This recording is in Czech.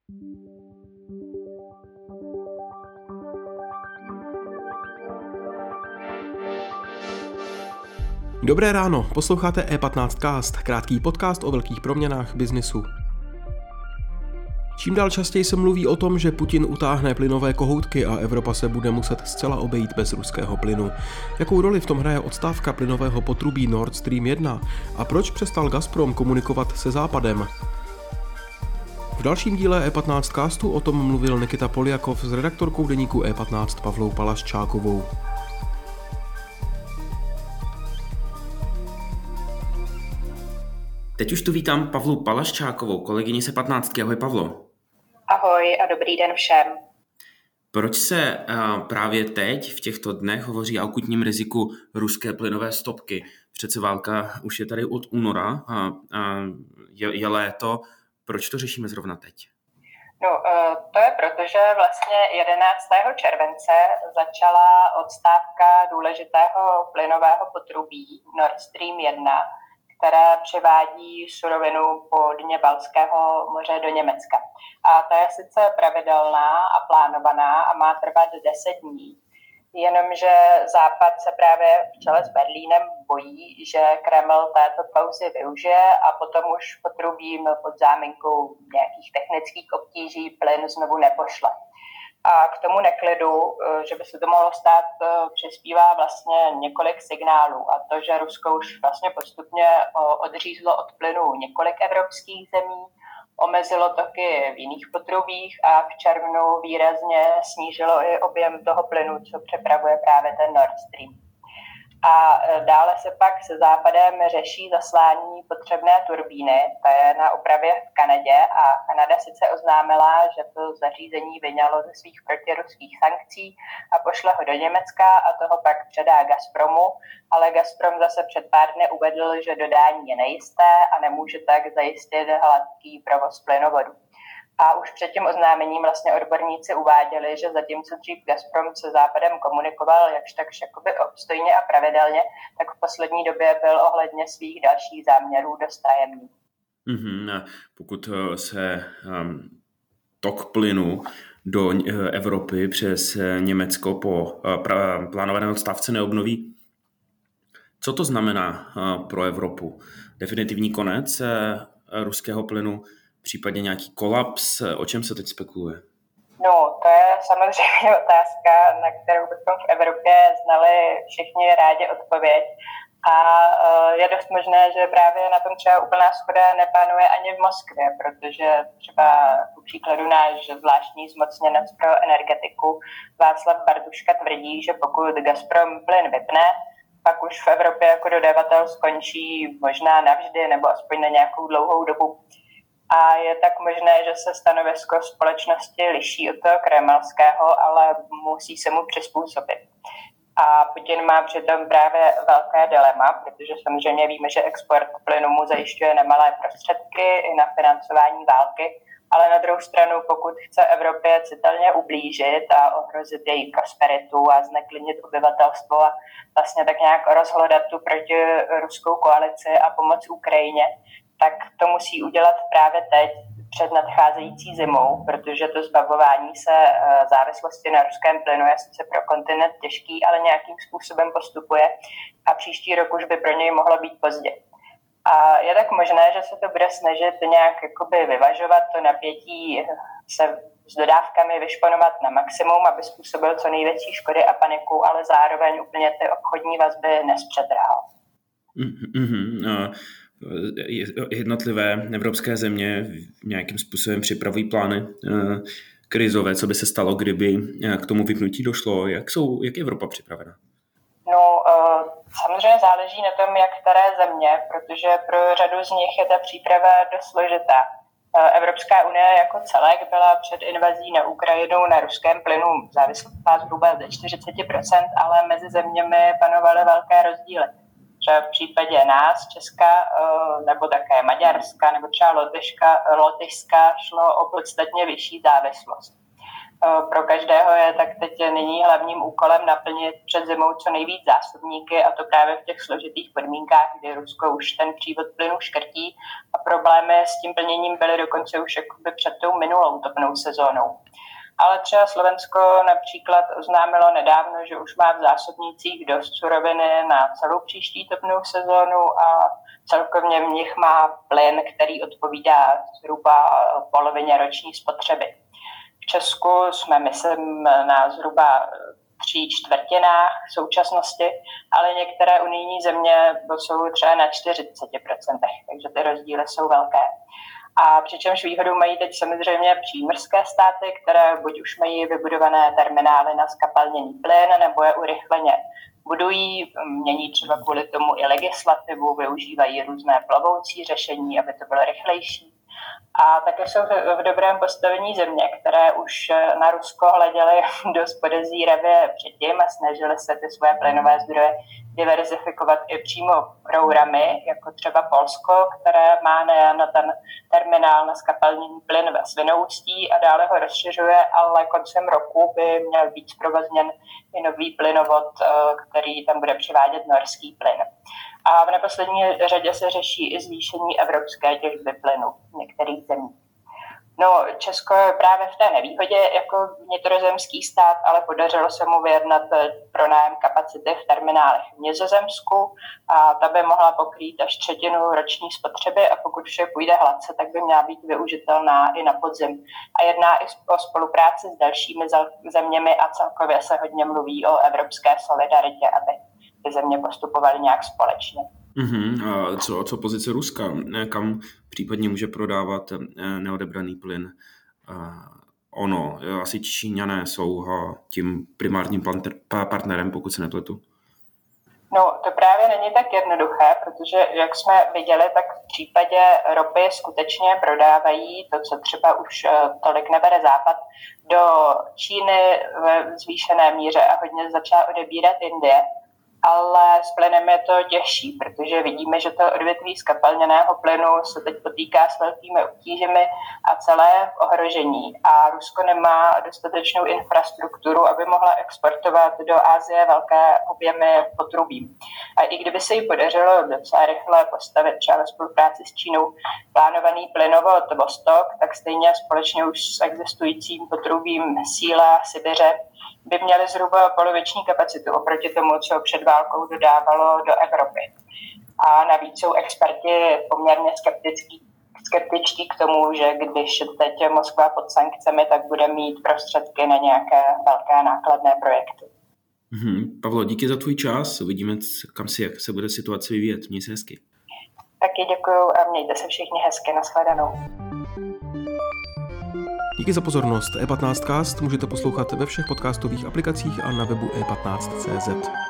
Dobré ráno, posloucháte E15cast, krátký podcast o velkých proměnách biznisu. Čím dál častěji se mluví o tom, že Putin utáhne plynové kohoutky a Evropa se bude muset zcela obejít bez ruského plynu. Jakou roli v tom hraje odstávka plynového potrubí Nord Stream 1 a proč přestal Gazprom komunikovat se Západem? V dalším díle E15castu o tom mluvil Nikita Poljakov s redaktorkou deníku E15 Pavlou Palasčákovou. Teď už tu vítám Pavlu Palasčákovou, kolegyni se 15. Ahoj Pavlo. Ahoj a dobrý den všem. Proč se právě teď v těchto dnech hovoří o akutním riziku ruské plynové stopky? Přece válka už je tady od února a je léto. Proč to řešíme zrovna teď? No, to je proto, že vlastně 11. července začala odstávka důležitého plynového potrubí Nord Stream 1, které přivádí surovinu po dně Baltského moře do Německa. A ta je sice pravidelná a plánovaná a má trvat 10 dní, jenomže Západ se právě v čele s Berlínem bojí, že Kreml této pauzy využije a potom už potrubím pod záminkou nějakých technických obtíží plyn znovu nepošle. A k tomu neklidu, že by se to mohlo stát, přispívá vlastně několik signálů. A to, že Rusko už vlastně postupně odřízlo od plynu několik evropských zemí, omezilo toky v jiných potrubích a v červnu výrazně snížilo i objem toho plynu, co přepravuje právě ten Nord Stream. A dále se pak se Západem řeší zaslání potřebné turbíny, ta je na opravě v Kanadě a Kanada sice oznámila, že to zařízení vyňalo ze svých protiruských sankcí a pošle ho do Německa a toho pak předá Gazpromu, ale Gazprom zase před pár dny uvedl, že dodání je nejisté a nemůže tak zajistit hladký provoz plynovodu. A už před tím oznámením vlastně odborníci uváděli, že zatímco dřív Gazprom se Západem komunikoval jakž takž jakoby obstojně a pravidelně, tak v poslední době byl ohledně svých dalších záměrů dost tajemný. Pokud se tok plynu do Evropy přes Německo po plánované odstávce neobnoví, co to znamená pro Evropu? Definitivní konec ruského plynu, případně nějaký kolaps? O čem se teď spekuluje? No, to je samozřejmě otázka, na kterou bychom v Evropě znali všichni rádi odpověď. A je dost možné, že právě na tom třeba úplná shoda nepánuje ani v Moskvě, protože třeba ku příkladu náš zvláštní zmocněnec pro energetiku Václav Bartuška tvrdí, že pokud Gazprom plyn vypne, pak už v Evropě jako dodavatel skončí možná navždy nebo aspoň na nějakou dlouhou dobu. A je tak možné, že se stanovisko společnosti liší od toho kremelského, ale musí se mu přizpůsobit. A Putin má přitom právě velké dilema, protože samozřejmě víme, že export plynu mu zajišťuje nemalé prostředky i na financování války, ale na druhou stranu, pokud chce Evropě citelně ublížit a ohrozit její prosperitu a zneklidnit obyvatelstvo a vlastně tak nějak rozhlodat tu protiruskou koalici a pomoc Ukrajině, tak to musí udělat právě teď před nadcházející zimou, protože to zbavování se závislosti na ruském plynu je sice pro kontinent těžký, ale nějakým způsobem postupuje a příští rok už by pro něj mohlo být pozdě. A je tak možné, že se to bude snažit nějak jakoby vyvažovat, to napětí se s dodávkami vyšponovat na maximum, aby způsobil co největší škody a paniku, ale zároveň úplně ty obchodní vazby nespřetrhal. Jednotlivé evropské země nějakým způsobem připravují plány krizové, co by se stalo, kdyby k tomu vypnutí došlo. Jak je Evropa připravena? No, samozřejmě záleží na tom, jak které země, protože pro řadu z nich je ta příprava dost složitá. Evropská unie jako celek byla před invazí na Ukrajinu na ruském plynu závislá zhruba ze 40%, ale mezi zeměmi panovaly velké rozdíly. Třeba v případě nás, Česka, nebo také Maďarska, nebo třeba Lotyšska šlo o podstatně vyšší závislost. Pro každého je tak teď nyní hlavním úkolem naplnit před zimou co nejvíc zásobníky, a to právě v těch složitých podmínkách, kdy Rusko už ten přívod plynu škrtí a problémy s tím plněním byly dokonce už jakoby před tou minulou topnou sezónou. Ale třeba Slovensko například oznámilo nedávno, že už má v zásobnících dost suroviny na celou příští topnou sezónu a celkově v nich má plyn, který odpovídá zhruba polovině roční spotřeby. V Česku jsme, myslím, na zhruba 3/4 v současnosti, ale některé unijní země jsou třeba na 40%, takže ty rozdíly jsou velké. A přičemž výhodu mají teď samozřejmě přímořské státy, které buď už mají vybudované terminály na zkapalněný plyn, nebo je urychleně budují, mění třeba kvůli tomu i legislativu, využívají různé plovoucí řešení, aby to bylo rychlejší. A také jsou v dobrém postavení země, které už na Rusko hleděly dost podezíravě předtím a snažily se ty svoje plynové zdroje diverzifikovat i přímo rourami, jako třeba Polsko, které má nejen ten terminál na zkapalněný plyn ve Svinoujstí a dále ho rozšiřuje, ale koncem roku by měl být zprovozněn i nový plynovod, který tam bude přivádět norský plyn. A v neposlední řadě se řeší i zvýšení evropské těžby plynu v některých zemích. No, Česko je právě v té nevýhodě jako vnitrozemský stát, ale podařilo se mu vyjednat pronájem kapacity v terminálech v Nizozemsku a ta by mohla pokrýt až 1/3 roční spotřeby a pokud vše půjde hladce, tak by měla být využitelná i na podzim. A jedná i o spolupráci s dalšími zeměmi a celkově se hodně mluví o evropské solidaritě, aby ty země postupovaly nějak společně. A co pozice Ruska? Kam případně může prodávat neodebraný plyn? Asi Číňané jsou tím primárním partnerem, pokud se nepletu. No, to právě není tak jednoduché, protože jak jsme viděli, tak v případě ropy skutečně prodávají to, co třeba už tolik nebere Západ, do Číny ve zvýšené míře a hodně začala odebírat Indie. Ale s plynem je to těžší, protože vidíme, že to odvětví zkapalněného plynu se teď potýká s velkými obtížemi a celé v ohrožení. A Rusko nemá dostatečnou infrastrukturu, aby mohla exportovat do Asie velké objemy potrubí. A i kdyby se jí podařilo docela rychle postavit třeba ve spolupráci s Čínou plánovaný plynovod Vostok, tak stejně společně už s existujícím potrubím Síla, Sibiře by měly zhruba poloviční kapacitu oproti tomu, co před válkou dodávalo do Evropy. A navíc jsou experti poměrně skeptičtí k tomu, že když teď Moskva pod sankcemi, tak bude mít prostředky na nějaké velké nákladné projekty. Pavlo, díky za tvůj čas. Uvidíme, jak se bude situace vyvíjet. Měj se hezky. Taky děkuju a mějte se všichni hezky. Nashledanou. Díky za pozornost. E15cast můžete poslouchat ve všech podcastových aplikacích a na webu e15.cz.